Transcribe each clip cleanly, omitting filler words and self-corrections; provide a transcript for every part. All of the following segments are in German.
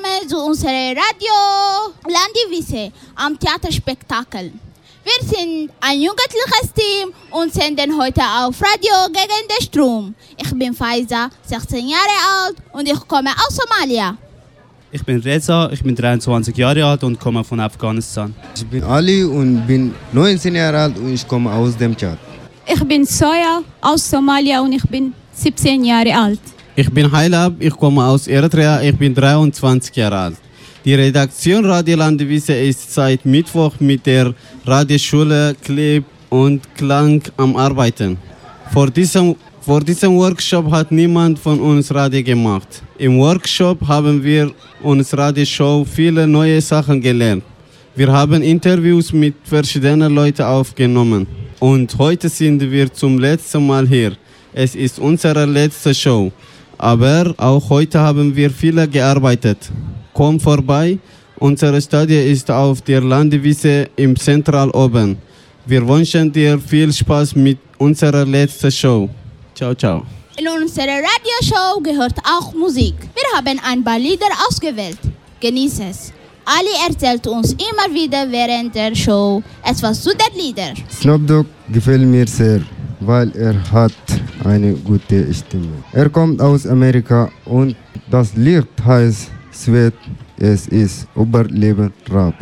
willkommen zu unserem Radio Landivise am Theaterspektakel. Wir sind ein jugendliches Team und senden heute auf Radio gegen den Strom. Ich bin Faiza, 16 Jahre alt und ich komme aus Somalia. Ich bin Reza, ich bin 23 Jahre alt und komme von Afghanistan. Ich bin Ali und bin 19 Jahre alt und ich komme aus dem Tschad. Ich bin Soya aus Somalia und ich bin 17 Jahre alt. Ich bin Hailab, ich komme aus Eritrea, ich bin 23 Jahre alt. Die Redaktion Radio Landivise ist seit Mittwoch mit der Radioschule Clip und Klang am Arbeiten. Vor diesem Workshop hat niemand von uns Radio gemacht. Im Workshop haben wir uns Radioshow viele neue Sachen gelernt. Wir haben Interviews mit verschiedenen Leuten aufgenommen. Und heute sind wir zum letzten Mal hier. Es ist unsere letzte Show. Aber auch heute haben wir viel gearbeitet. Komm vorbei, unser Studio ist auf der Landivise im Zentral oben. Wir wünschen dir viel Spaß mit unserer letzten Show. Ciao, ciao. In unserer Radioshow gehört auch Musik. Wir haben ein paar Lieder ausgewählt. Genieß es. Ali erzählt uns immer wieder während der Show etwas zu den Liedern. Snoop Dogg gefällt mir sehr, weil er hat eine gute Stimme. Er kommt aus Amerika und das Lied heißt Sweat. Es ist Überleben Rap.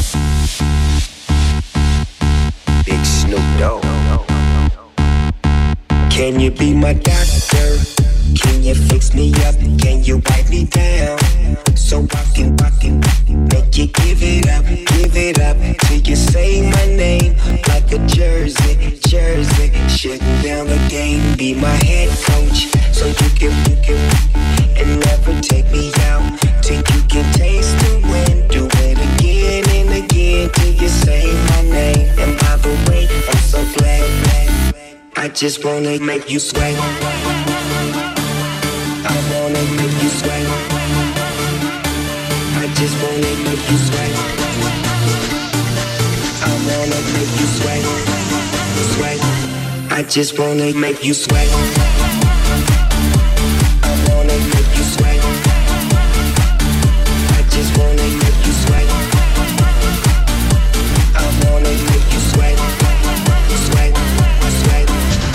Big Snoop Dogg. Can you be my doctor? Can you fix me up? Can you wipe me down? So rockin', make you give it up till you say my name like a jersey. Shutting down the game, be my head coach, so you can and never take me out till you can taste the wind. Do it again and again till you say my name. And by the way, I'm so glad. I just wanna make you sweat. I wanna make you sweat. I just wanna make you sweat. I wanna make you sweat. Sweat. I just wanna make you sweat. I wanna make you sweat. I just wanna make you sweat. I wanna make you sweat. Sweat. Sweat.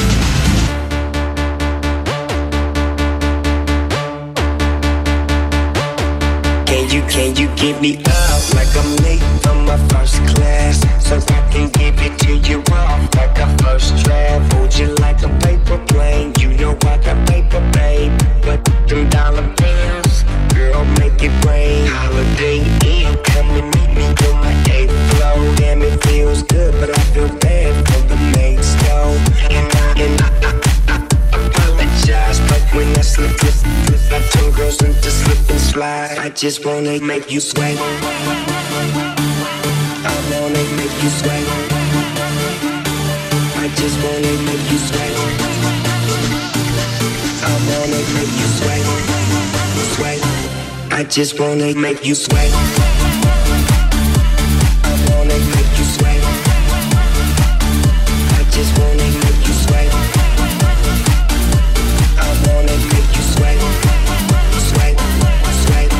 Can you give me up like I'm late from my first class, so I can give it to you off like a first draft? Hold you like a paper plane, you know I got paper, babe. But them dollar bills, girl, make it rain. Holiday Inn, come and meet me on my 8th floor. Damn, it feels good, but I feel bad for the mates, though. And I apologize, but when I slip, I turn girls into slip and slide. I just wanna make you sweat. I wanna make you sweat. I just wanna make you sweat. I wanna make you sweat. Sweat. I just wanna make you sweat. I wanna make you sweat. I just wanna make you sweat. I wanna make you sweat. Sweat. Sweat.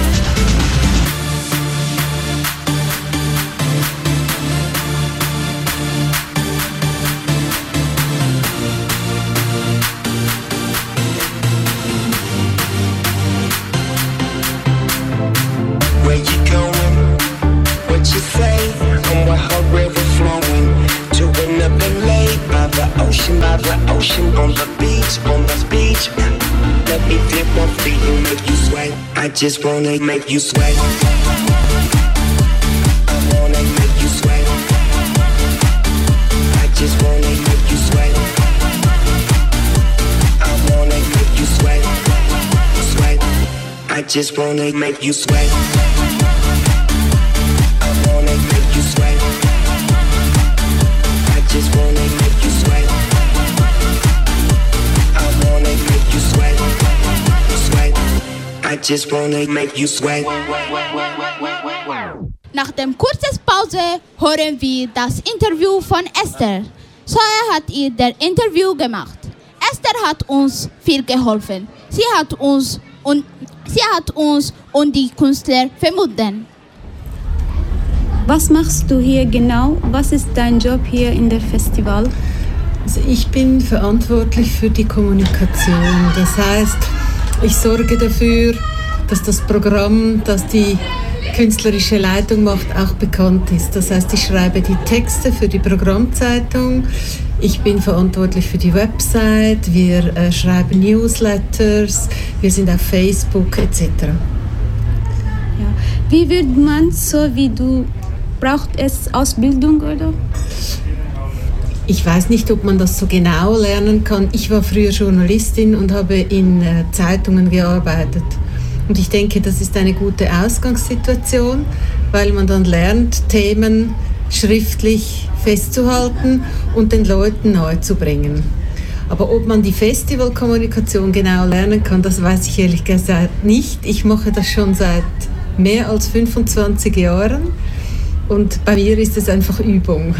Where you going? What you say? I'm with her river flowing to another lake by the ocean, on the beach. Let me dip my feet and make you sweat. I just wanna make you sweat. I wanna make you sweat. I just wanna make you sweat. I wanna make you sweat. Sweat. I just wanna make you sweat. I wanna make you sweat. I just wanna make you sweat. I wanna make you sweat. Sweat. I just wanna make you sweat. Nach dem kurzen Pause hören wir das Interview von Esther. Soya hat ihr das Interview gemacht. Esther hat uns viel geholfen. Sie hat uns Sie hat uns und die Künstler verbunden. Was machst du hier genau? Was ist dein Job hier in der Festival? Also ich bin verantwortlich für die Kommunikation. Das heißt, ich sorge dafür, dass das Programm, das die künstlerische Leitung macht, auch bekannt ist. Das heißt, ich schreibe die Texte für die Programmzeitung. Ich bin verantwortlich für die Website. Wir schreiben Newsletters. Wir sind auf Facebook etc. Ja. Wie wird man so wie du? Braucht es Ausbildung oder? Ich weiß nicht, ob man das so genau lernen kann. Ich war früher Journalistin und habe in Zeitungen gearbeitet. Und ich denke, das ist eine gute Ausgangssituation, weil man dann lernt, Themen schriftlich festzuhalten und den Leuten nahezubringen. Aber ob man die Festivalkommunikation genau lernen kann, das weiß ich ehrlich gesagt nicht. Ich mache das schon seit mehr als 25 Jahren und bei mir ist es einfach Übung.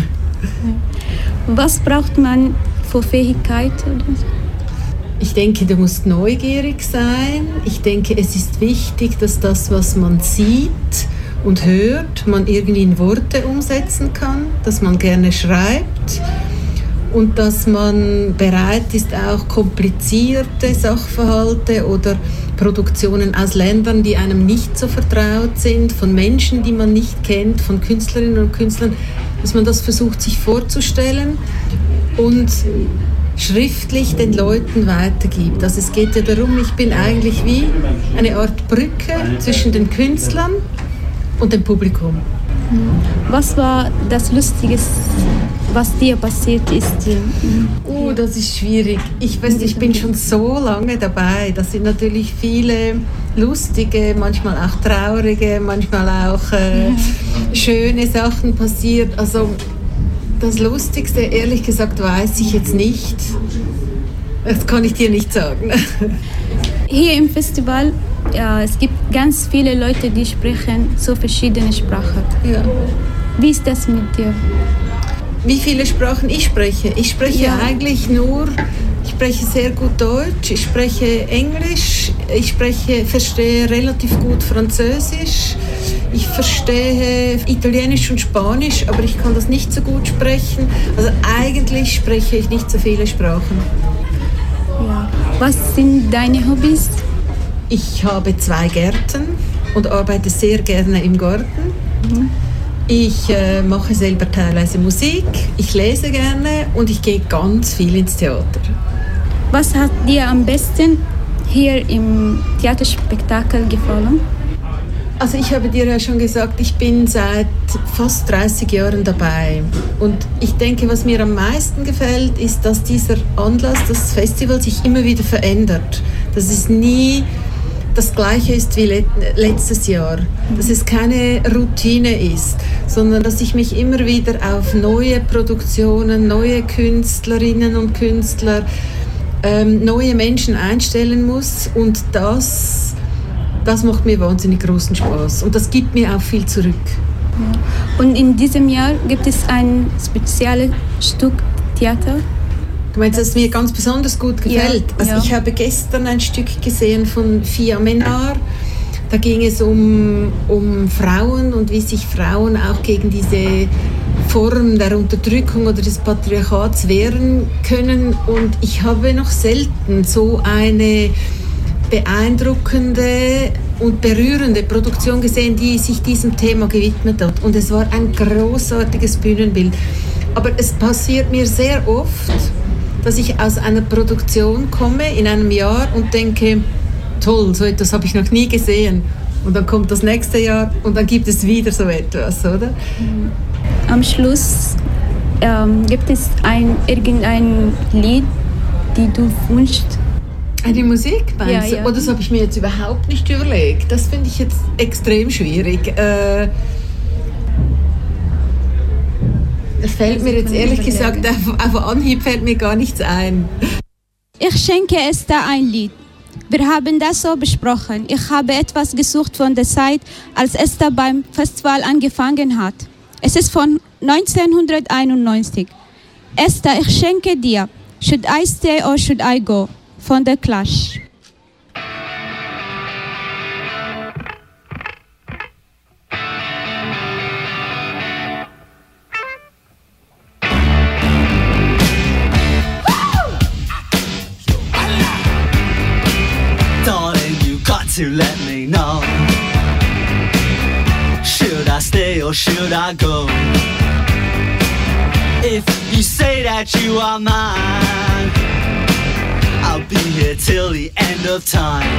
Was braucht man für Fähigkeiten? Ich denke, du musst neugierig sein. Ich denke, es ist wichtig, dass das, was man sieht und hört, man irgendwie in Worte umsetzen kann, dass man gerne schreibt und dass man bereit ist, auch komplizierte Sachverhalte oder Produktionen aus Ländern, die einem nicht so vertraut sind, von Menschen, die man nicht kennt, von Künstlerinnen und Künstlern, dass man das versucht, sich vorzustellen und schriftlich den Leuten weitergibt. Also es geht ja darum, ich bin eigentlich wie eine Art Brücke zwischen den Künstlern und dem Publikum. Was war das Lustigste, was dir passiert ist? Das ist schwierig. Ich weiß, ich bin schon so lange dabei. Da sind natürlich viele lustige, manchmal auch traurige, manchmal auch schöne Sachen passiert. Also das Lustigste, ehrlich gesagt, weiß ich jetzt nicht. Das kann ich dir nicht sagen. Hier im Festival, ja, es gibt ganz viele Leute, die sprechen so verschiedene Sprachen. Ja. Wie ist das mit dir? Wie viele Sprachen ich spreche? Ich spreche eigentlich ich spreche sehr gut Deutsch, ich spreche Englisch, verstehe relativ gut Französisch, ich verstehe Italienisch und Spanisch, aber ich kann das nicht so gut sprechen. Also eigentlich spreche ich nicht so viele Sprachen. Ja. Was sind deine Hobbys? Ich habe 2 Gärten und arbeite sehr gerne im Garten. Ich mache selber teilweise Musik, ich lese gerne und ich gehe ganz viel ins Theater. Was hat dir am besten hier im Theaterspektakel gefallen? Also ich habe dir ja schon gesagt, ich bin seit fast 30 Jahren dabei. Und ich denke, was mir am meisten gefällt, ist, dass dieser Anlass, das Festival, sich immer wieder verändert. Dass es nie das Gleiche ist wie letztes Jahr. Dass es keine Routine ist, sondern dass ich mich immer wieder auf neue Produktionen, neue Künstlerinnen und Künstler, neue Menschen einstellen muss. Und das macht mir wahnsinnig großen Spaß. Und das gibt mir auch viel zurück. Ja. Und in diesem Jahr gibt es ein spezielles Stück Theater? Du meinst, dass es mir ganz besonders gut gefällt? Ja, also ich habe gestern ein Stück gesehen von Fia Menard. Da ging es um Frauen und wie sich Frauen auch gegen diese Form der Unterdrückung oder des Patriarchats wehren können. Und ich habe noch selten so eine beeindruckende und berührende Produktion gesehen, die sich diesem Thema gewidmet hat. Und es war ein großartiges Bühnenbild. Aber es passiert mir sehr oft, dass ich aus einer Produktion komme in einem Jahr und denke, toll, so etwas habe ich noch nie gesehen. Und dann kommt das nächste Jahr und dann gibt es wieder so etwas, oder? Am Schluss gibt es irgendein Lied, die du wünschst? Eine Musik, meinst du? Ja. Oh, das habe ich mir jetzt überhaupt nicht überlegt. Das finde ich jetzt extrem schwierig. Das fällt mir jetzt ehrlich gesagt, auf Anhieb fällt mir gar nichts ein. Ich schenke Esther ein Lied. Wir haben das so besprochen. Ich habe etwas gesucht von der Zeit, als Esther beim Festival angefangen hat. Es ist von 1991. Esther, ich schenke dir Should I Stay or Should I Go von The Clash. to let me know. Should I stay or should I go? If you say that you are mine, I'll be here till the end of time.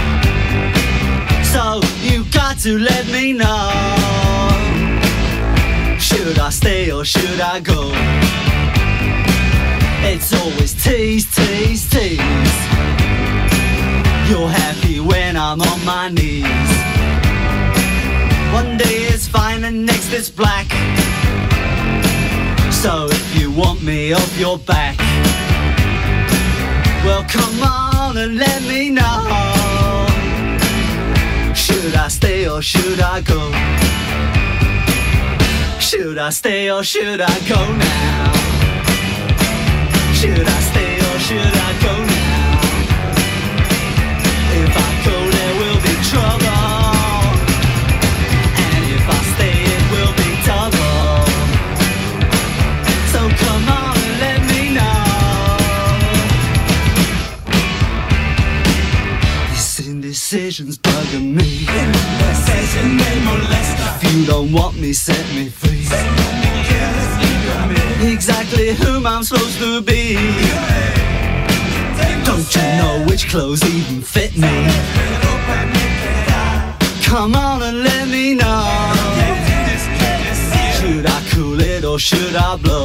So you got to let me know. Should I stay or should I go? It's always tease, tease, tease. You're happy when I'm on my knees. One day it's fine and next it's black. So if you want me off your back, well come on and let me know. Should I stay or should I go? Should I stay or should I go now? Should I stay or should I go now? If I go there will be trouble, and if I stay it will be double. So come on and let me know. These indecisions bugging me. If you don't want me, set me free. Exactly whom I'm supposed to be. Don't you know which clothes even fit me? Come on and let me know. Should I cool it or should I blow?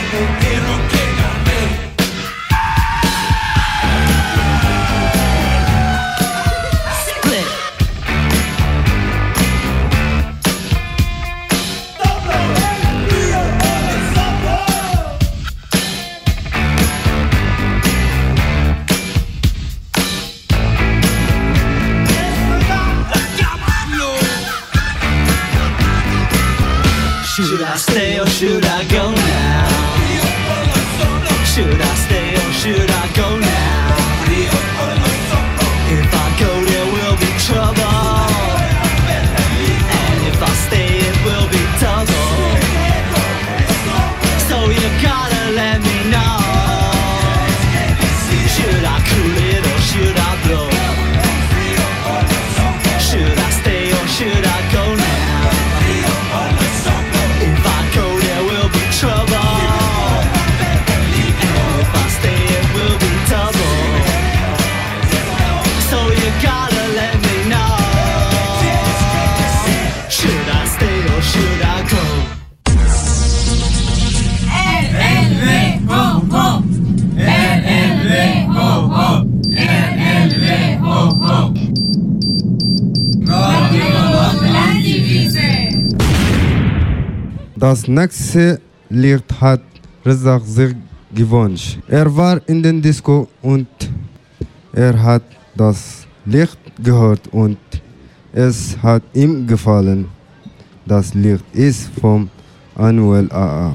Should I stay or should I go now? Should I stay or should I go now? If I go there will be trouble, and if I stay it will be double. So you gotta let me know. Should I cool it or should I blow? Should I stay or should I go now? Das nächste Lied hat Rezak sich gewünscht. Er war in den Disco und er hat das Lied gehört und es hat ihm gefallen. Das Lied ist vom Anuel AA.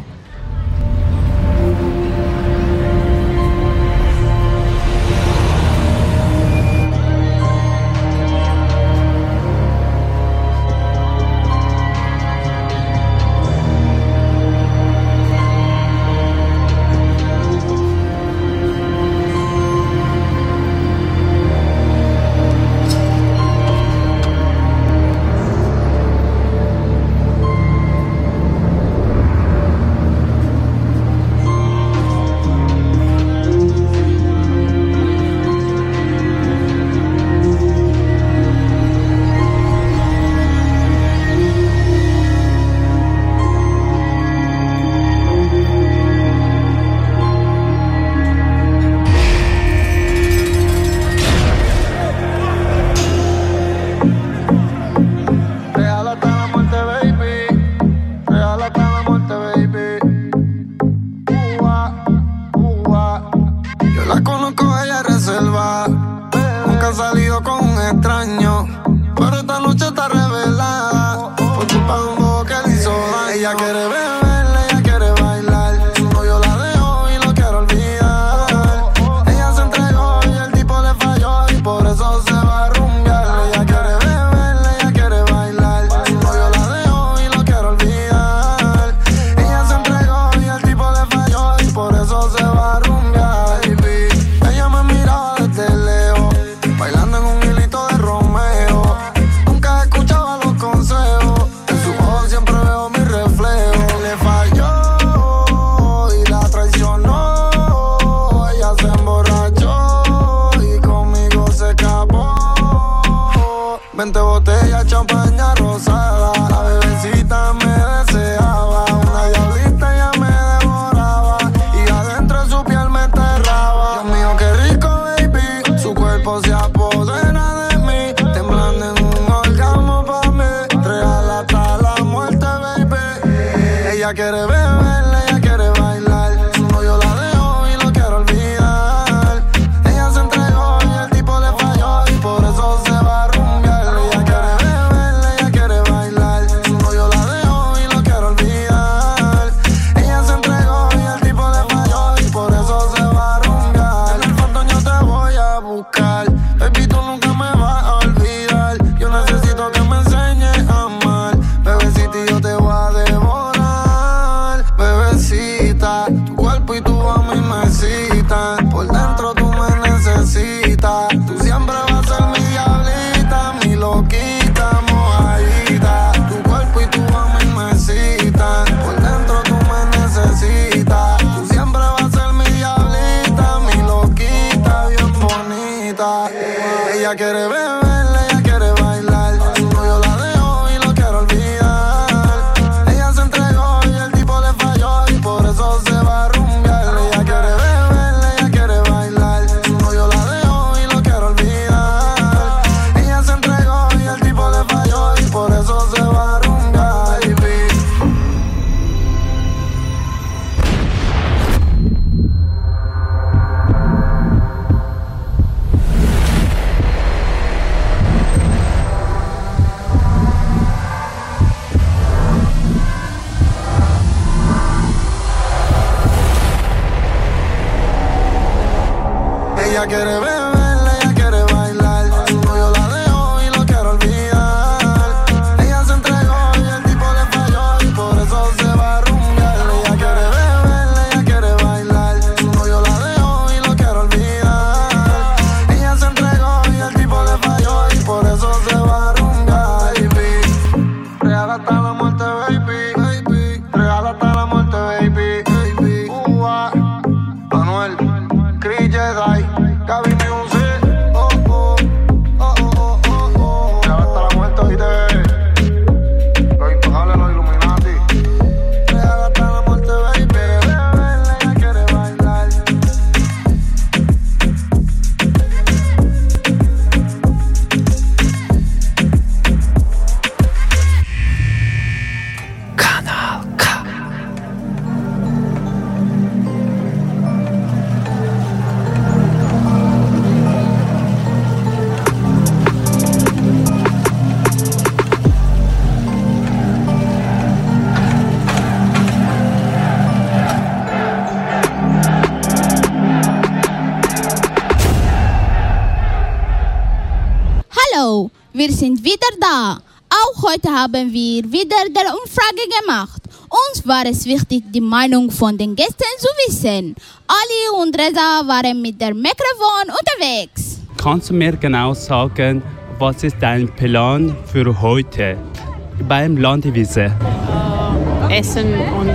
20 botellas, champaña rosada. La bebecita me deseaba, una diablita ya me devoraba y adentro de su piel me enterraba. Dios mío, qué rico, baby, su cuerpo se apodera de mí, temblando en un orgasmo pa' mí, real hasta la muerte, baby. Ella quiere beber, ella quiere bailar, su novio la dejó y lo quiere olvidar. Ella se entregó y el tipo le falló y por eso se va a rumbear. Ella quiere beber, ella quiere bailar, su novio la dejó y lo quiere olvidar. Ella se entregó y el tipo le falló y por eso se va a rumbear. En el fondo yo te voy a buscar, baby, tú nunca me vas a olvidar. Yo necesito que me enseñes a amar, bebecita, y yo te voy a devorar. Bebecita, tu cuerpo y tu alma y me excitan, por dentro tú me necesitas. Tú siempre vas a ser mi diablita, mi loquita, mojadita. Tu cuerpo y tu alma y me excitan, por dentro tú me necesitas. Tú siempre vas a ser mi diablita, mi loquita, bien bonita. Ella quiere beber, ella quiere bailar, su novio la dejó y lo quiere olvidar. Ella se entregó y el tipo le falló y por eso se va a rumbear. Ella quiere beber, ella quiere bailar, su novio la dejó y lo quiere olvidar. Ella se entregó y el tipo le falló y por eso se va a rumbear, baby. Ella quiere beber, ella quiere bailar, su novio la dejó y lo quiere olvidar. Ella se entregó y el tipo le falló y por eso se va a rumbear. Ella quiere beber, ella quiere bailar, su novio la dejó y lo quiere olvidar. Ella se entregó y el tipo le falló y por eso se va a rumbear, baby. Real hasta la muerte, baby. Real hasta la muerte, baby. Manuel, Chris Jedi, Gaby Music, real hasta la muerte, oíste. Los intocables, los Illuminati. Real hasta la muerte, baby. Ella quiere bailar. Hallo, wir sind wieder da. Auch heute haben wir wieder eine Umfrage gemacht. Uns war es wichtig, die Meinung von den Gästen zu wissen. Ali und Reza waren mit der Mikrofon unterwegs. Kannst du mir genau sagen, was ist dein Plan für heute beim Landewiese? Essen und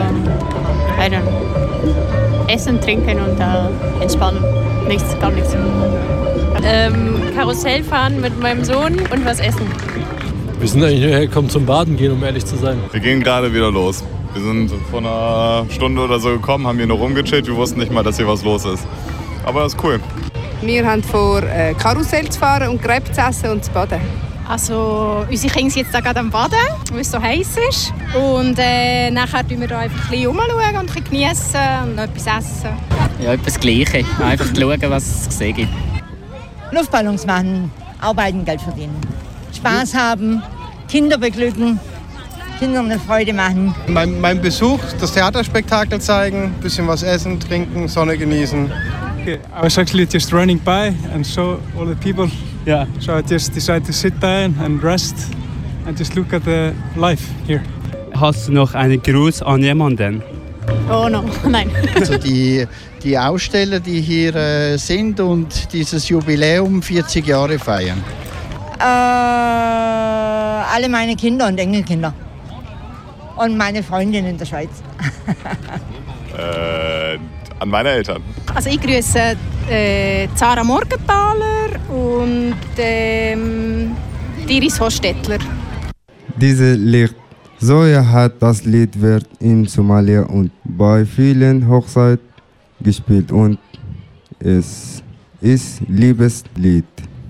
Essen, trinken und entspannen. Nichts, gar nichts. Karussell fahren mit meinem Sohn und was essen. Wir sind eigentlich nur hergekommen zum Baden gehen, um ehrlich zu sein. Wir gehen gerade wieder los. Wir sind vor einer Stunde oder so gekommen, haben hier nur rumgechillt. Wir wussten nicht mal, dass hier was los ist. Aber das ist cool. Wir haben vor, Karussell zu fahren und Crepe zu essen und zu baden. Also, unsere Kinder sind jetzt gerade am Baden, weil es so heiß ist. Und nachher schauen wir da einfach ein bisschen rumschauen und ein bisschen geniessen und noch etwas essen. Ja, etwas Gleiches. Einfach schauen, was es zu sehen gibt. Luftballons machen, arbeiten, Geld verdienen. Spaß haben, Kinder beglücken, Kindern eine Freude machen. Mein Besuch, das Theaterspektakel zeigen, ein bisschen was essen, trinken, Sonne genießen. I was actually just running by and saw all the people. Yeah. So I just decided to sit down and rest and just look at the life here. Hast du noch einen Gruß an jemanden? Oh no, nein. Also die Aussteller, die hier sind und dieses Jubiläum 40 Jahre feiern. Alle meine Kinder und Enkelkinder. Und meine Freundin in der Schweiz. An meine Eltern. Also ich grüße Zara Morgenthaler und Iris Hostetler. Diese Licht. So hat das Lied wird in Somalia und bei vielen Hochzeiten gespielt und es ist Liebeslied.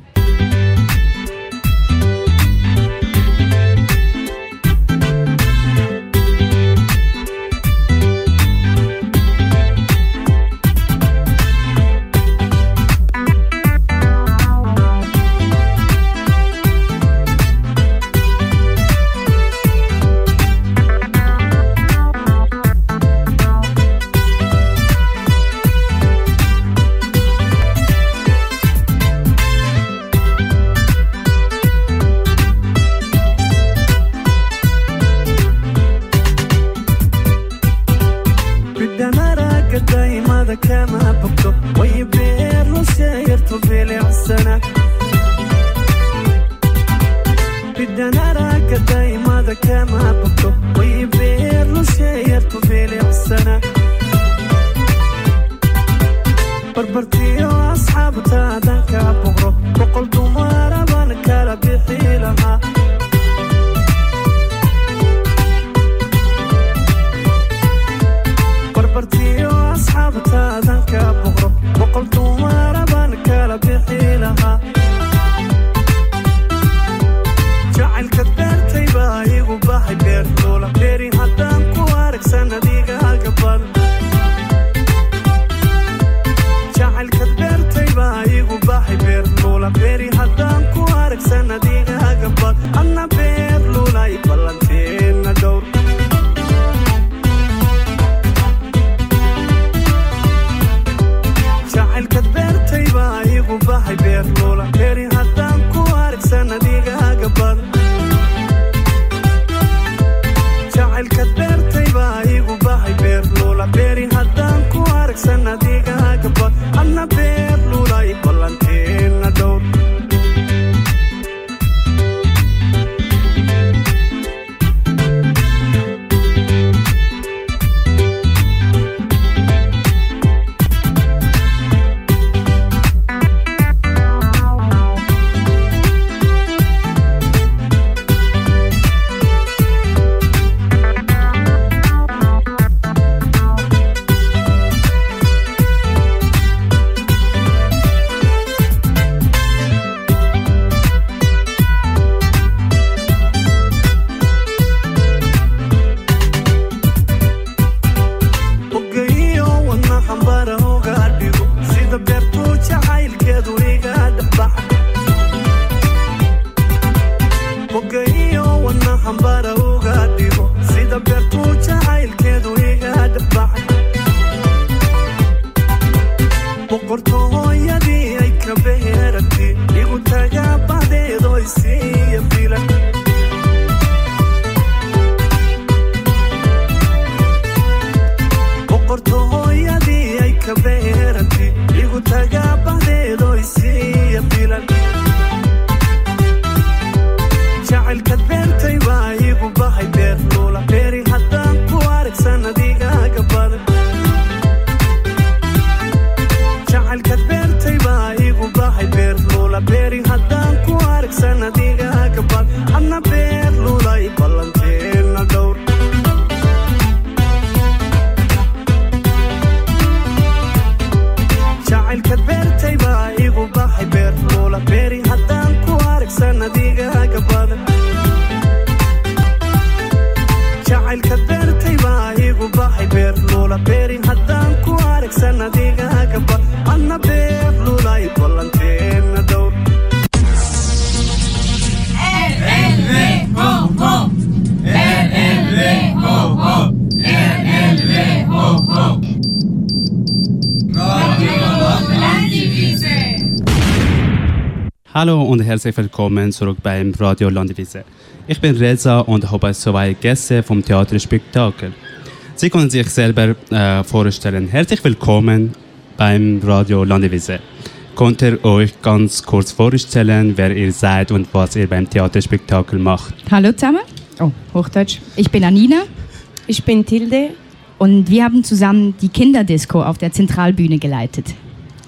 Hallo und herzlich willkommen zurück beim Radio Landwiese. Ich bin Reza und habe zwei Gäste vom Theater Spektakel. Sie können sich selber vorstellen. Herzlich willkommen beim Radio Landwiese. Könnt ihr euch ganz kurz vorstellen, wer ihr seid und was ihr beim Theaterspektakel macht? Hallo zusammen. Oh, Hochdeutsch. Ich bin Anina. Ich bin Tilde. Und wir haben zusammen die Kinderdisco auf der Zentralbühne geleitet.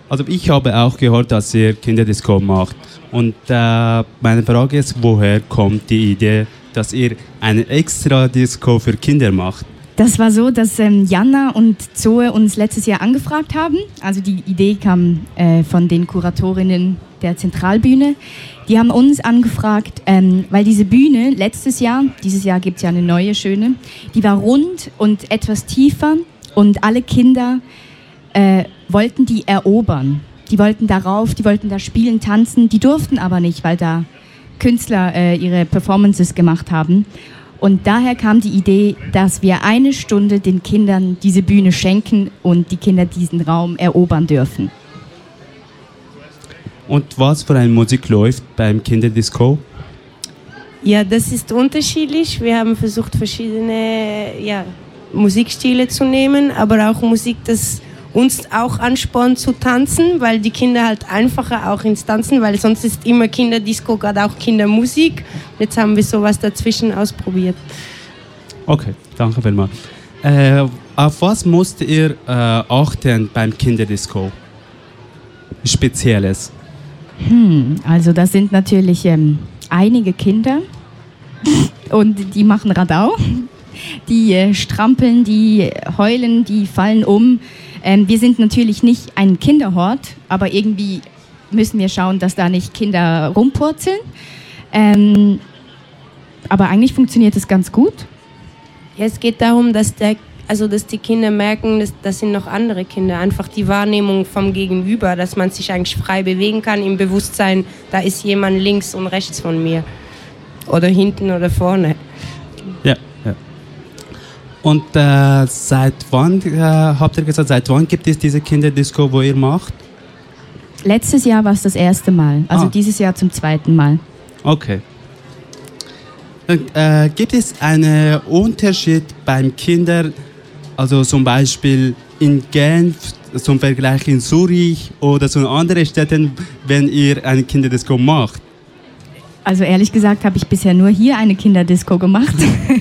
Also ich habe auch gehört, dass ihr Kinderdisco macht. Und meine Frage ist, woher kommt die Idee, dass ihr eine extra Disco für Kinder macht? Das war so, dass Jana und Zoe uns letztes Jahr angefragt haben. Also die Idee kam von den Kuratorinnen der Zentralbühne. Die haben uns angefragt, weil diese Bühne dieses Jahr gibt es ja eine neue, schöne, die war rund und etwas tiefer und alle Kinder wollten die erobern. Die wollten darauf, die wollten da spielen, tanzen, die durften aber nicht, weil da Künstler ihre Performances gemacht haben. Und daher kam die Idee, dass wir 1 Stunde den Kindern diese Bühne schenken und die Kinder diesen Raum erobern dürfen. Und was für eine Musik läuft beim Kinderdisco? Ja, das ist unterschiedlich. Wir haben versucht, verschiedene Musikstile zu nehmen, aber auch Musik, das uns auch anspornt zu tanzen, weil die Kinder halt einfacher auch ins Tanzen, weil sonst ist immer Kinderdisco, gerade auch Kindermusik. Jetzt haben wir sowas dazwischen ausprobiert. Okay, danke vielmals. Auf was musst ihr achten beim Kinderdisco? Spezielles? Also das sind natürlich einige Kinder und die machen Radau. Die strampeln, die heulen, die fallen um. Wir sind natürlich nicht ein Kinderhort, aber irgendwie müssen wir schauen, dass da nicht Kinder rumpurzeln. Aber eigentlich funktioniert es ganz gut. Ja, es geht darum, dass die Kinder merken, das sind noch andere Kinder. Einfach die Wahrnehmung vom Gegenüber, dass man sich eigentlich frei bewegen kann im Bewusstsein, da ist jemand links und rechts von mir. Oder hinten oder vorne. Ja. Und seit wann, habt ihr gesagt, seit wann gibt es diese Kinderdisco, wo ihr macht? Letztes Jahr war es das erste Mal, also dieses Jahr zum 2. Mal. Okay. Gibt es einen Unterschied beim Kindern, also zum Beispiel in Genf, zum Vergleich in Zürich oder zu anderen Städten, wenn ihr eine Kinderdisco macht? Also ehrlich gesagt habe ich bisher nur hier eine Kinderdisco gemacht.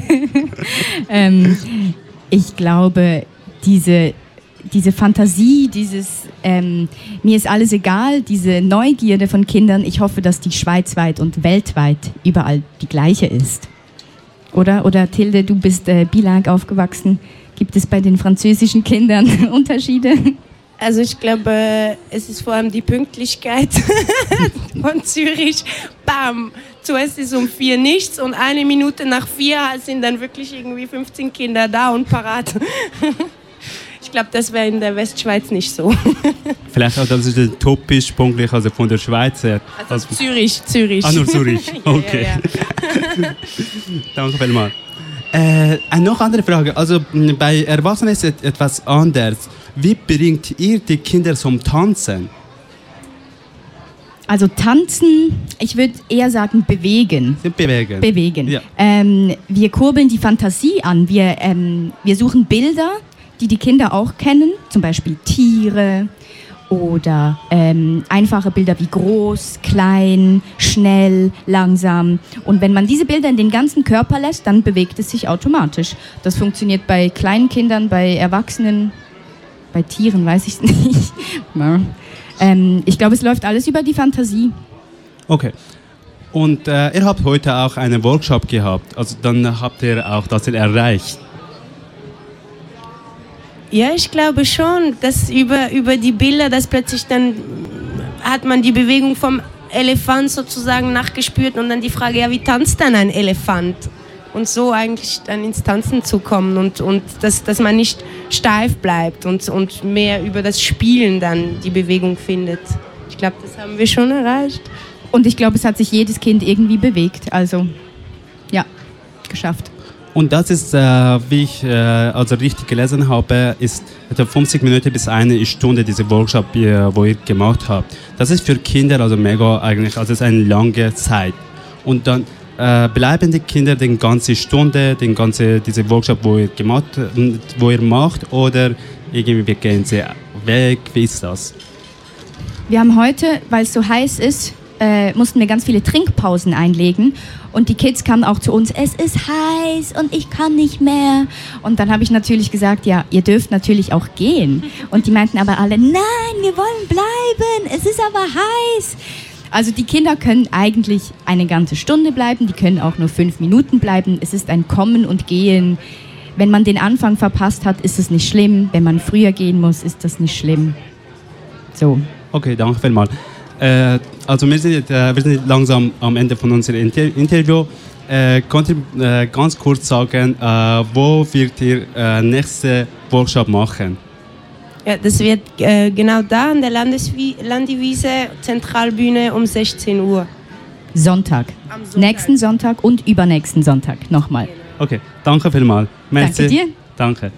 Ich glaube, diese Fantasie, mir ist alles egal, diese Neugierde von Kindern, ich hoffe, dass die schweizweit und weltweit überall die gleiche ist. Oder Tilde, du bist bilang aufgewachsen. Gibt es bei den französischen Kindern Unterschiede? Also ich glaube, es ist vor allem die Pünktlichkeit von Zürich. Bam! Zuerst ist um 4 nichts und 1 Minute nach 4 sind dann wirklich irgendwie 15 Kinder da und parat. Ich glaube, das wäre in der Westschweiz nicht so. Vielleicht auch, das ist der topisch pünktlich, also von der Schweiz her. Also Zürich. Ah, nur Zürich, okay. Ja. Danke vielmals. Eine noch andere Frage, also bei Erwachsenen ist es etwas anders. Wie bringt ihr die Kinder zum Tanzen? Also tanzen, ich würde eher sagen bewegen. Bewegen. Ja. Wir kurbeln die Fantasie an. Wir suchen Bilder, die die Kinder auch kennen, zum Beispiel Tiere oder einfache Bilder wie groß, klein, schnell, langsam. Und wenn man diese Bilder in den ganzen Körper lässt, dann bewegt es sich automatisch. Das funktioniert bei kleinen Kindern, bei Erwachsenen, bei Tieren weiß ich es nicht. Ich glaube, es läuft alles über die Fantasie. Okay. Und ihr habt heute auch einen Workshop gehabt. Also dann habt ihr auch das erreicht. Ja, ich glaube schon, dass über die Bilder, dass plötzlich dann hat man die Bewegung vom Elefant sozusagen nachgespürt und dann die Frage, ja, wie tanzt dann ein Elefant? Und so eigentlich dann ins Tanzen zu kommen und dass man nicht steif bleibt und mehr über das Spielen dann die Bewegung findet. Ich glaube, das haben wir schon erreicht. Und ich glaube, es hat sich jedes Kind irgendwie bewegt. Also, ja, geschafft. Und das ist, wie ich also richtig gelesen habe, ist etwa 50 Minuten bis 1 Stunde diese Workshop, wo ihr gemacht habt. Das ist für Kinder also mega eigentlich, also es ist eine lange Zeit. Und dann bleiben die Kinder die ganze Stunde, diese Workshop, wo ihr macht, oder irgendwie gehen sie weg? Wie ist das? Wir haben heute, weil es so heiß ist, mussten wir ganz viele Trinkpausen einlegen und die Kids kamen auch zu uns, es ist heiß und ich kann nicht mehr. Und dann habe ich natürlich gesagt, ja, ihr dürft natürlich auch gehen. Und die meinten aber alle, nein, wir wollen bleiben, es ist aber heiß. Also die Kinder können eigentlich eine ganze Stunde bleiben, die können auch nur 5 Minuten bleiben. Es ist ein Kommen und Gehen. Wenn man den Anfang verpasst hat, ist es nicht schlimm. Wenn man früher gehen muss, ist das nicht schlimm. So. Okay, danke vielmals. Also wir sind langsam am Ende von unserem Interview. Könnt ihr ganz kurz sagen, wo wird ihr nächste Workshop machen? Ja, das wird genau da an der Landiwiese, Zentralbühne um 16 Uhr. Sonntag. Nächsten Sonntag und übernächsten Sonntag nochmal. Okay, danke vielmals. Merci. Danke dir. Danke.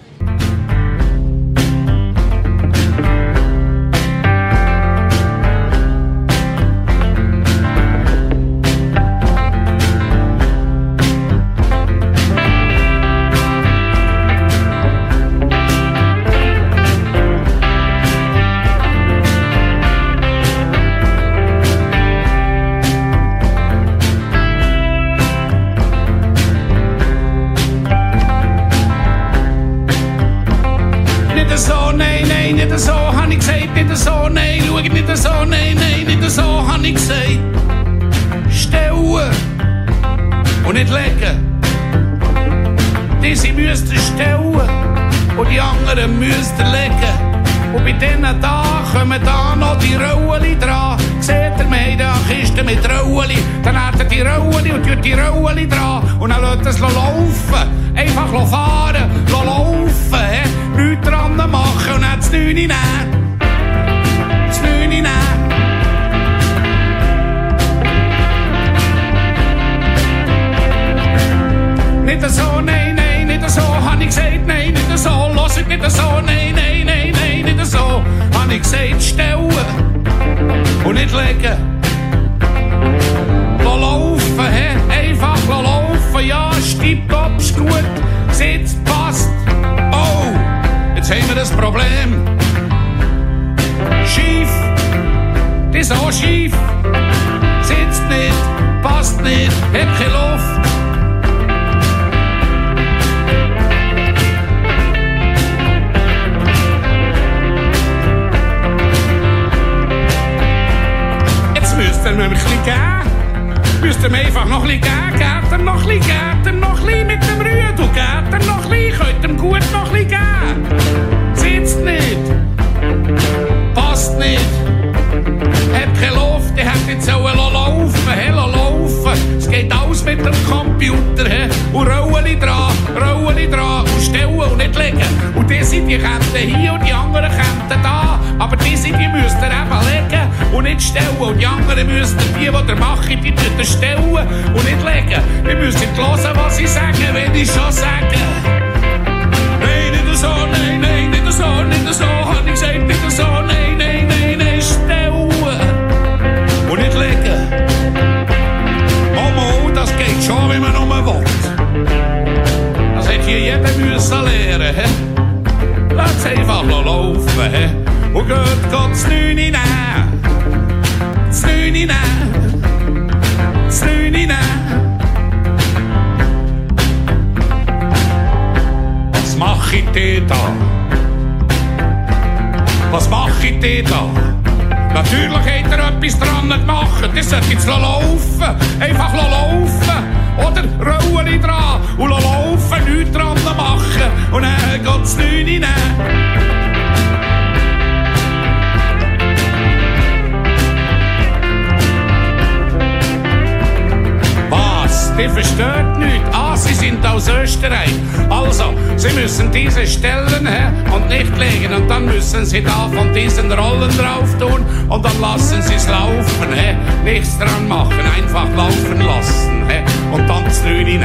Und nicht legen. Diese müssten stellen und die anderen müssten legen. Und bei denen da kommen da noch die Rollen dran. Seht ihr, wir haben da Kiste mit Rollen. Dann hat er die Rollen und tut die Rollen dran. Und dann lässt es laufen. Einfach fahren, laufen. Nichts dran machen und dann das 9 nehmen. Das 9 nehmen. Nicht so, nein, nein, nicht so, hab ich gesagt, nein, nicht so, hört nicht so, nein, nein, nein, nein, nicht so, hab ich gesagt, stellen und nicht legen. Lass laufen, einfach laufen, ja, tipptopp, ist gut, sitzt, passt. Oh, jetzt haben wir das Problem. Schief, das ist auch schief, sitzt nicht, passt nicht, hat keine Luft. Müsst ihr mir ein bisschen geben? Müsst ihr mir einfach noch ein bisschen geben? Geht er noch ein bisschen mit dem Rüdu? Geht er noch ein bisschen? Könnt ihr ihm gut noch ein bisschen geben? Sitzt nicht. Passt nicht. Hat keine Luft. Die hat jetzt laufen. Es geht alles mit dem Computer. Und Rollen dran. Und stellen und nicht legen. Und die sind die Ketten hier und die anderen Ketten da. Aber die müsst ihr eben legen und nicht stellen. Und die anderen müssen die ihr macht, die müssen stellen und nicht legen. Ihr müsst hören, was ich sage, wenn ich schon sage. Nein, nicht so, nein, nein, nicht so, nicht so. Hab ich gesagt, nicht so, nein, nein, nein, nein, stellen und nicht legen. Momo, das geht schon, wenn man nur will. Das hat hier jeder müssen lernen. Lass einfach laufen. Und geht das 9 nehmen. Das 9 nehmen. Das 9 nehmen. Was mach ich dir da? Was mach ich dir da? Natürlich hat er etwas dran gemacht. Das sollte jetzt laufen. Einfach laufen. Oder Rollen dran. Und laufen, nichts dran machen. Und dann geht das 9 nehmen. Die versteht nichts. Sie sind aus Österreich. Also, sie müssen diese stellen und nicht legen. Und dann müssen sie da von diesen Rollen drauf tun. Und dann lassen sie es laufen. Nichts dran machen, einfach laufen lassen. Und dann das 9 nehmen.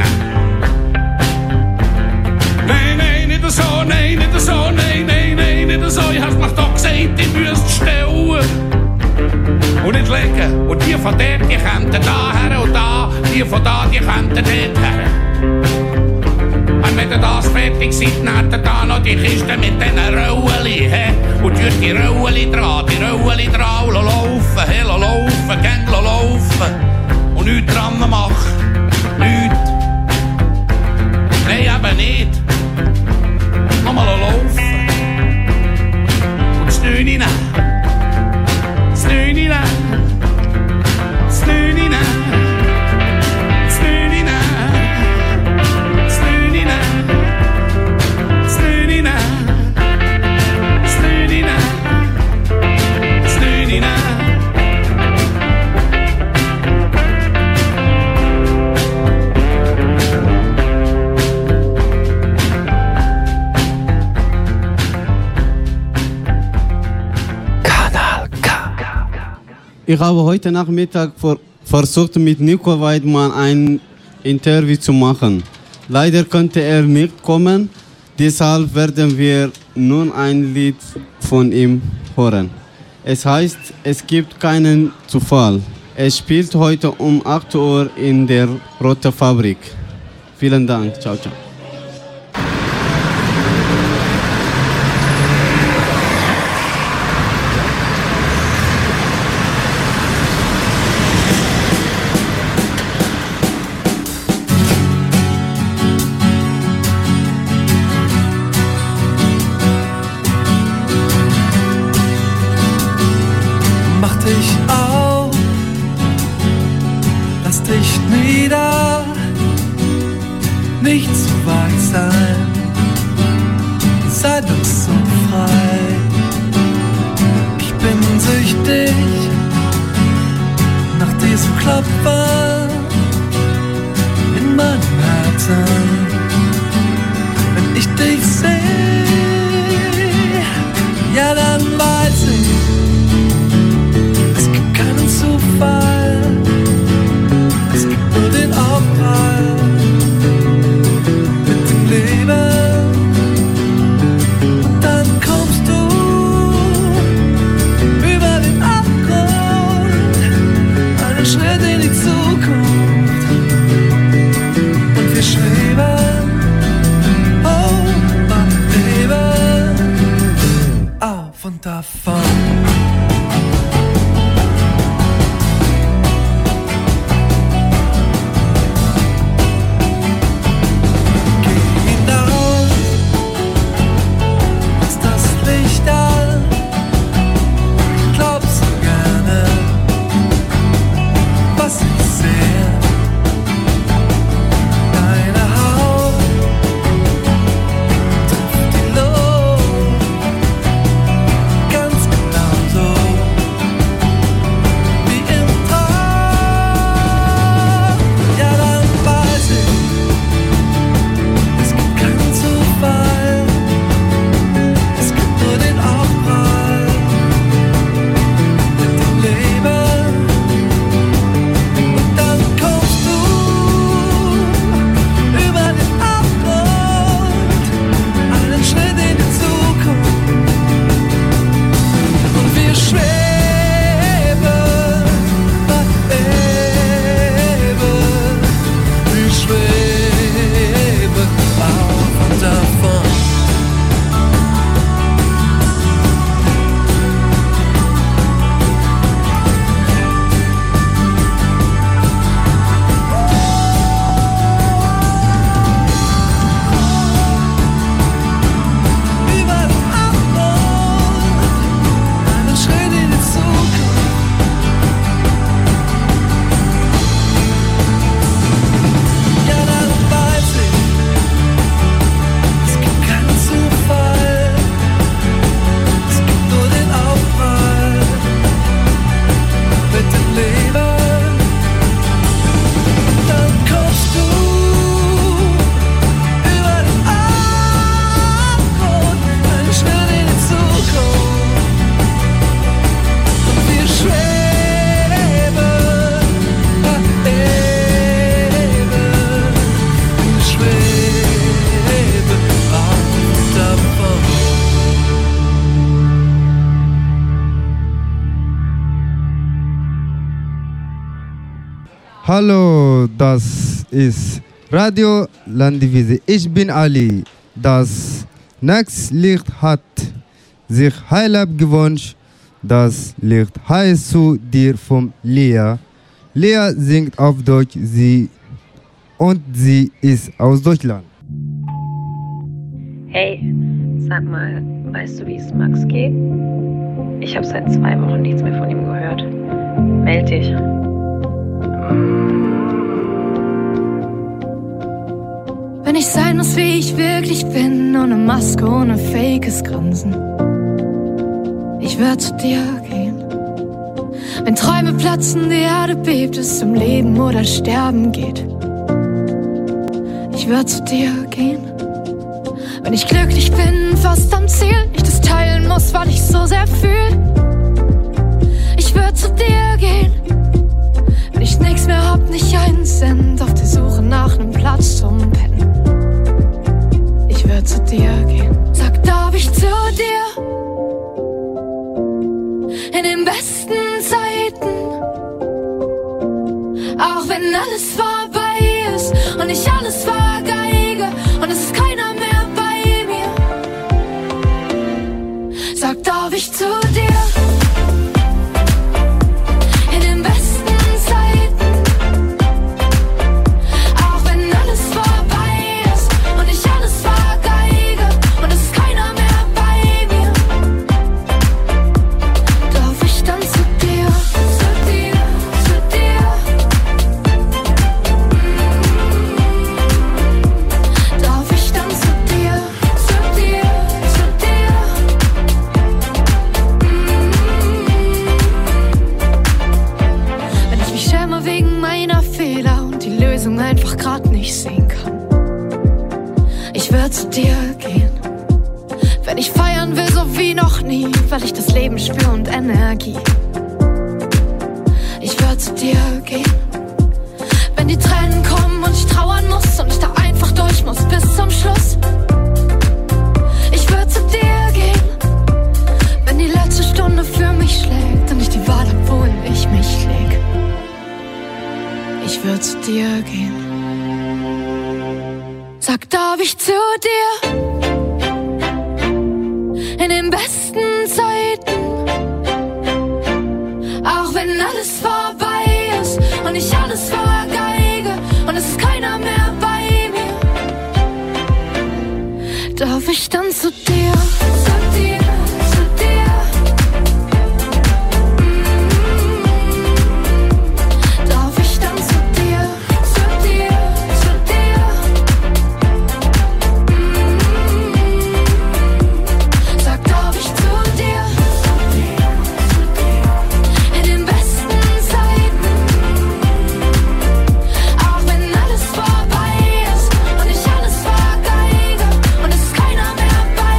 Nein, nein, nicht so, nein, nicht so, nein, nein, nein, nicht so. Ich hab's doch gesagt, ich müsst stellen. Und nicht legen. Und die von dort, die könnten da her und da. Die von da, die könnten dort her. Und wenn ihr das fertig seid, dann habt ihr da noch die Kiste mit diesen Rollen. Und tut die Rollen dran, und laufen, laufen, gäng laufen. Slönina, Slönina, Slönina, Slönina, Slönina, Slönina. Ich habe heute Nachmittag versucht, mit Nico Weidmann ein Interview zu machen. Leider konnte er nicht kommen, deshalb werden wir nun ein Lied von ihm hören. Es heißt, es gibt keinen Zufall. Es spielt heute um 8 Uhr in der Rote Fabrik. Vielen Dank. Ciao, ciao. Mach dich auf, lass dich nieder, nicht zu weit sein, sei doch so frei. Ich bin süchtig nach diesem Klopfen in meinem Herzen, wenn ich dich seh, ja dann weiß ich, keinen Zufall, es gibt nur den Aufprall mit dem Leben. Und dann kommst du über den Abgrund, einen Schritt in die Zukunft. Und wir schweben, oh mein Leben, auf und davon. Hallo, das ist Radio Landewiese. Ich bin Ali. Das nächste Lied hat sich Heilab gewünscht. Das Lied heißt zu dir von Lea. Lea singt auf Deutsch und sie ist aus Deutschland. Hey, sag mal, weißt du, wie es Max geht? Ich habe seit 2 Wochen nichts mehr von ihm gehört. verhält sich. Wenn ich sein muss, wie ich wirklich bin, ohne Maske, ohne fakes Grinsen, ich werde zu dir gehen. Wenn Träume platzen, die Erde bebt, es um Leben oder Sterben geht, ich werde zu dir gehen. Wenn ich glücklich bin, fast am Ziel, ich das teilen muss, weil ich so sehr fühl, ich würde zu dir gehen. Wenn ich nix mehr hab, nicht einen Cent, auf der Suche nach nem Platz zum Pennen, ich würde zu dir gehen. Sag, darf ich zu dir? In den besten Zeiten, auch wenn alles vorbei ist und ich alles vergeige und es ist keiner mehr bei mir. Sag, darf ich zu dir? In den besten Zeiten, auch wenn alles vorbei ist und ich alles vergeige und es ist keiner mehr bei mir. Darf ich dann zu dir, zu dir, zu dir? Darf ich dann zu dir, zu dir, zu dir? Wenn ich mich schäme wegen meiner Fehler und die Lösung einfach grad nicht sehen kann, ich würde zu dir gehen. Wenn ich feiern will, so wie noch nie, weil ich das Leben spür und Energie, ich würde zu dir gehen. Wenn die Tränen kommen und ich trauern muss und ich da einfach durch muss bis zum Schluss, ich würde zu dir gehen. Wenn die letzte Stunde für mich schlägt und ich die Wahl hab, wohin ich mich leg, ich würde zu dir gehen. Sag, darf ich zu dir? In den besten Zeiten, auch wenn alles vorbei ist und ich alles vergeige und es ist keiner mehr bei mir. Darf ich dann zu dir, zu dir, zu dir? Darf ich dann zu dir, zu dir, zu dir? Sag, darf ich zu dir? In den besten Zeiten, auch wenn alles vorbei ist und ich alles vergeige und es ist keiner mehr bei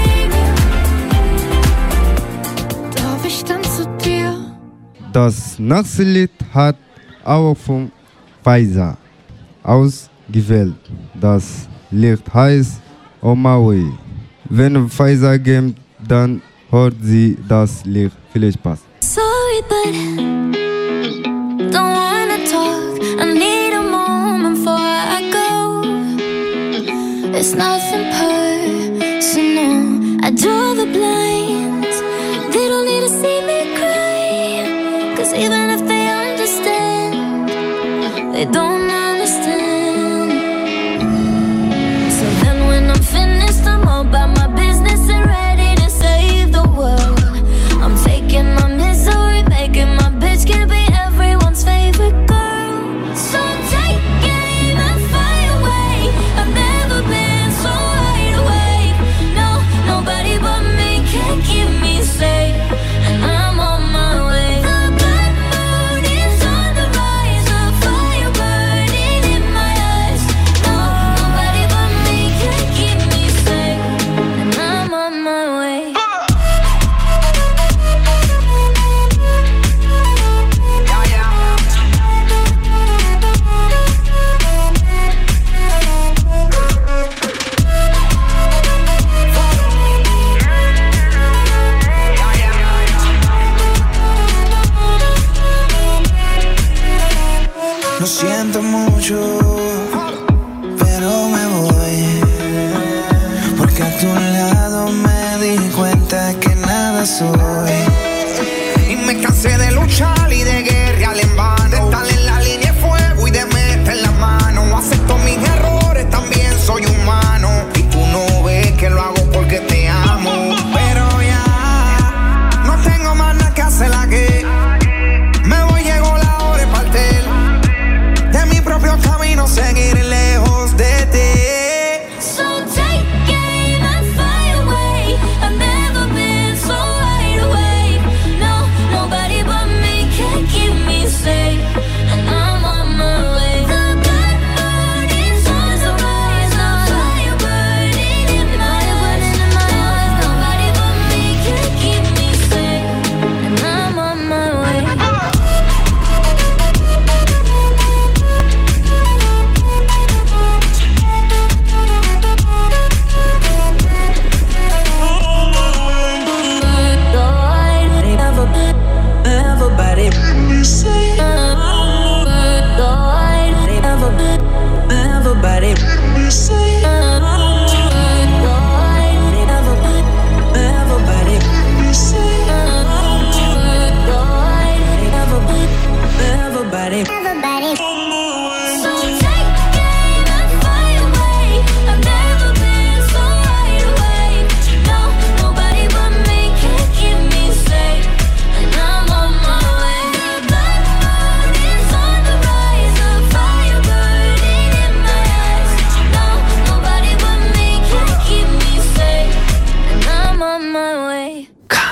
mir. Darf ich dann zu dir? Das nächste Lied hat auch von Faiza ausgewählt. Das Lied heißt On My Way. Wenn Faiza geht, dann hört sie das Lied. Viel Spaß. Sorry, but don't wanna talk. I need a moment before I go. It's nothing personal. I draw the blinds. They don't need to see me cry. 'Cause even if they understand, they don't understand. So then when I'm finished, I'm all about my business and ready to save the world. I'm taking my misery, making my bitch can be everyone's favorite girl. So take aim and fly away. I've never been so wide awake. No, nobody but me can keep me safe. And I'm on my way. The blood moon is on the rise, a fire burning in my eyes. No, nobody but me can keep me safe. And I'm on my way. Lo siento mucho, pero me voy. Porque a tu lado me di cuenta que nada soy. Y me cansé de luchar y de guerrear en vano, de estar en la línea de fuego y de meter la mano. Acepto mis errores, también soy humano. Y tú no ves que lo hago porque te amo. Pero ya no tengo más nada que hacer aquí. Me voy, llegó la everybody. So take the game and fly away. I've never been so wide awake. No, nobody but me can keep me safe, and I'm on my way. The black moon is on the rise, a fire burning in my eyes. No, nobody but me can keep me safe, and I'm on my way.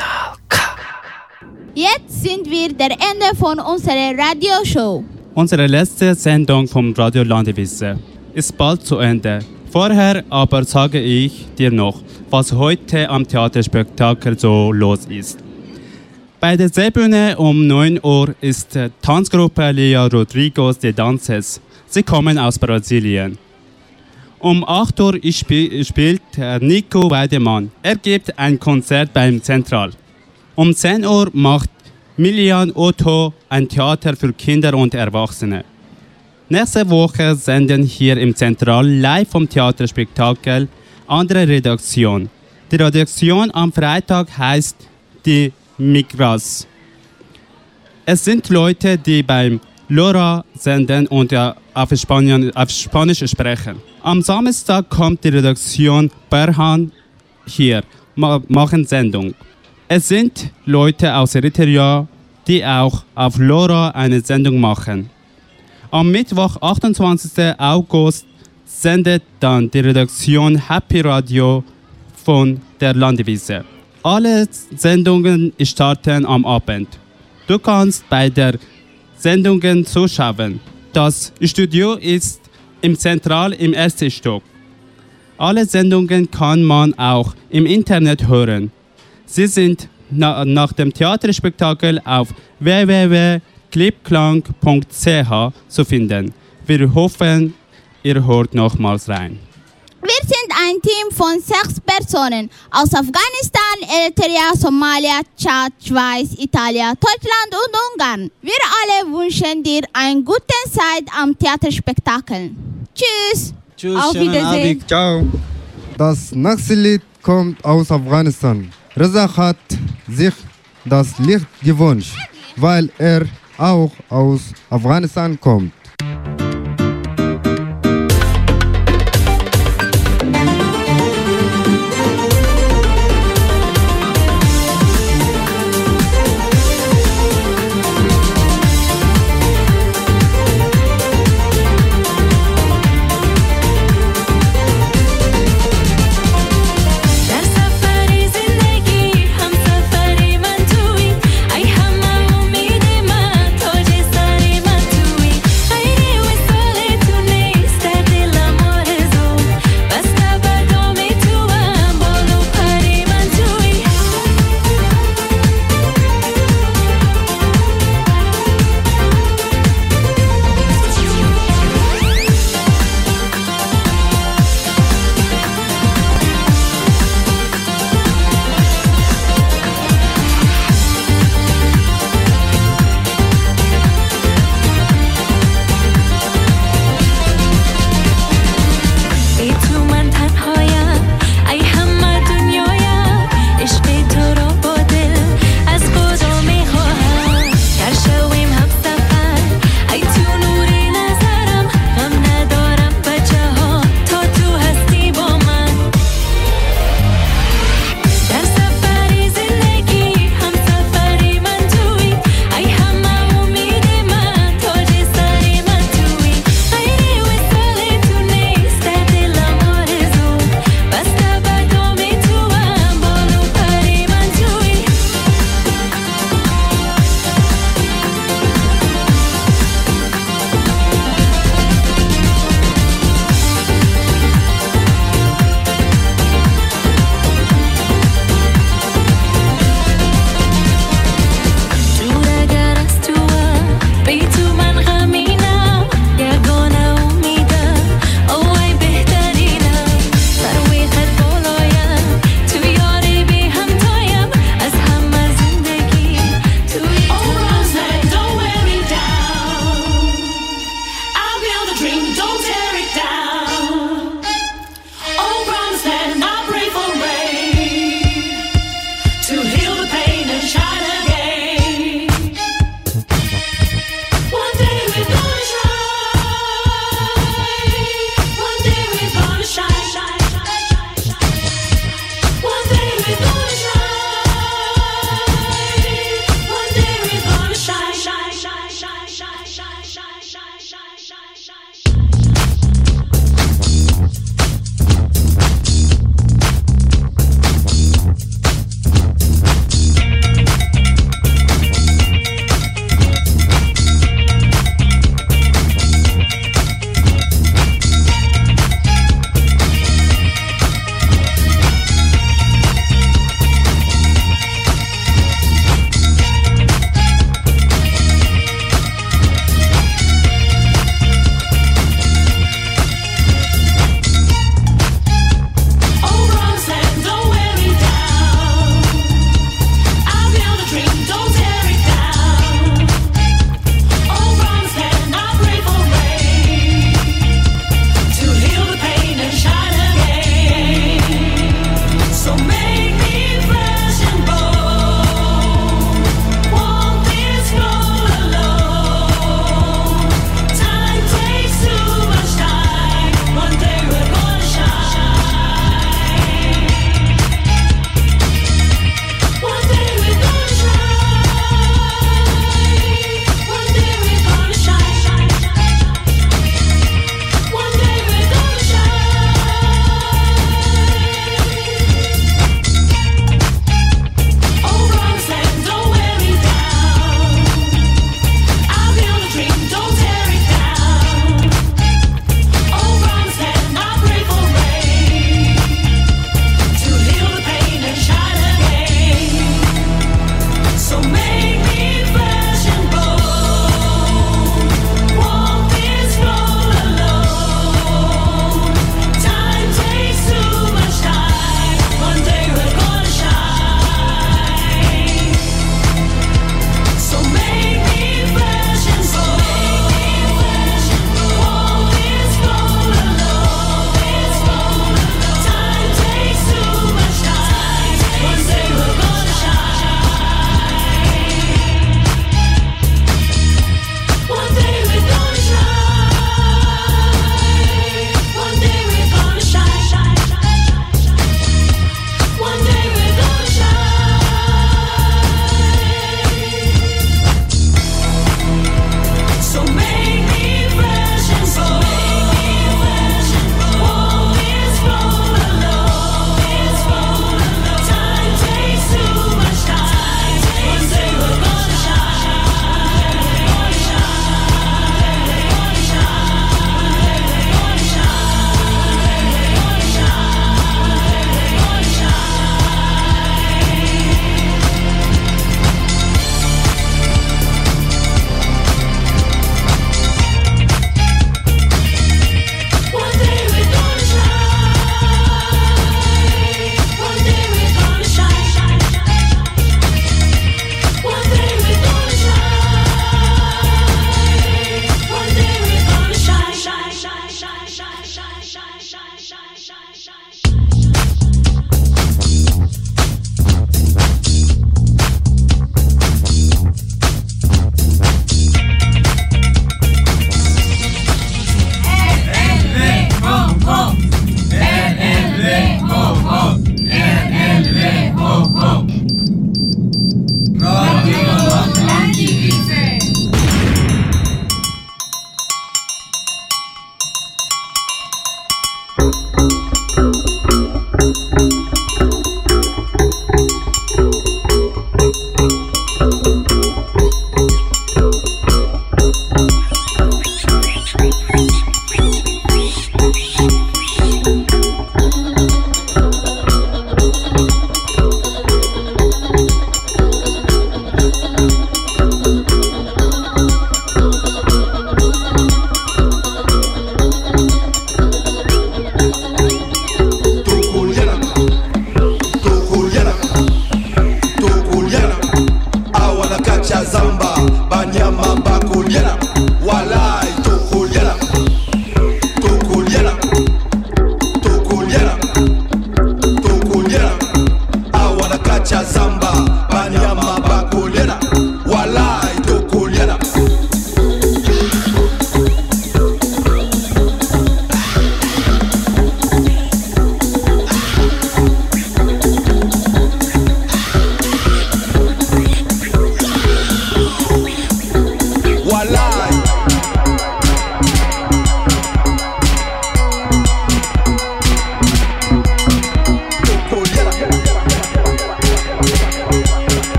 Jetzt sind wir der Ende von unserer Radioshow. Unsere letzte Sendung vom Radio Landewisse ist bald zu Ende. Vorher aber sage ich dir noch, was heute am Theaterspektakel so los ist. Bei der Seebühne um 9 Uhr ist die Tanzgruppe Lea Rodrigos de Dances. Sie kommen aus Brasilien. Um 8 Uhr spielt Nico Weidemann. Er gibt ein Konzert beim Zentral. Um 10 Uhr macht Milian Otto ein Theater für Kinder und Erwachsene. Nächste Woche senden hier im Zentral live vom Theaterspektakel andere Redaktion. Die Redaktion am Freitag heißt die Migras. Es sind Leute, die beim Lora senden und auf Spanisch sprechen. Am Samstag kommt die Redaktion Berhan hier, machen Sendung. Es sind Leute aus Eritrea, die auch auf Lora eine Sendung machen. Am Mittwoch, 28. August, sendet dann die Redaktion Happy Radio von der Landewisse. Alle Sendungen starten am Abend. Du kannst bei der Sendungen zuschauen. Das Studio ist im Zentral im ersten Stock. Alle Sendungen kann man auch im Internet hören. Sie sind nach dem Theaterspektakel auf www.clipklang.ch zu finden. Wir hoffen, ihr hört nochmals rein. Wir sind ein Team von 6 Personen aus Afghanistan, Eritrea, Somalia, Tschad, Schweiz, Italien, Deutschland und Ungarn. Wir alle wünschen dir eine gute Zeit am Theaterspektakel. Tschüss. Tschüss. Auf Wiedersehen. Ciao. Das nächste Lied kommt aus Afghanistan. Reza hat sich das Lied gewünscht, weil er auch aus Afghanistan kommt. I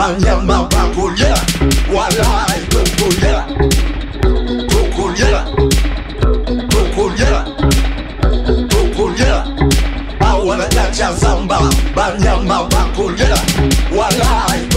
wanyama wakulia, walai tukulia, tukulia, tukulia, tukulia. Awala ya chazamba, wanyama wakulia, walai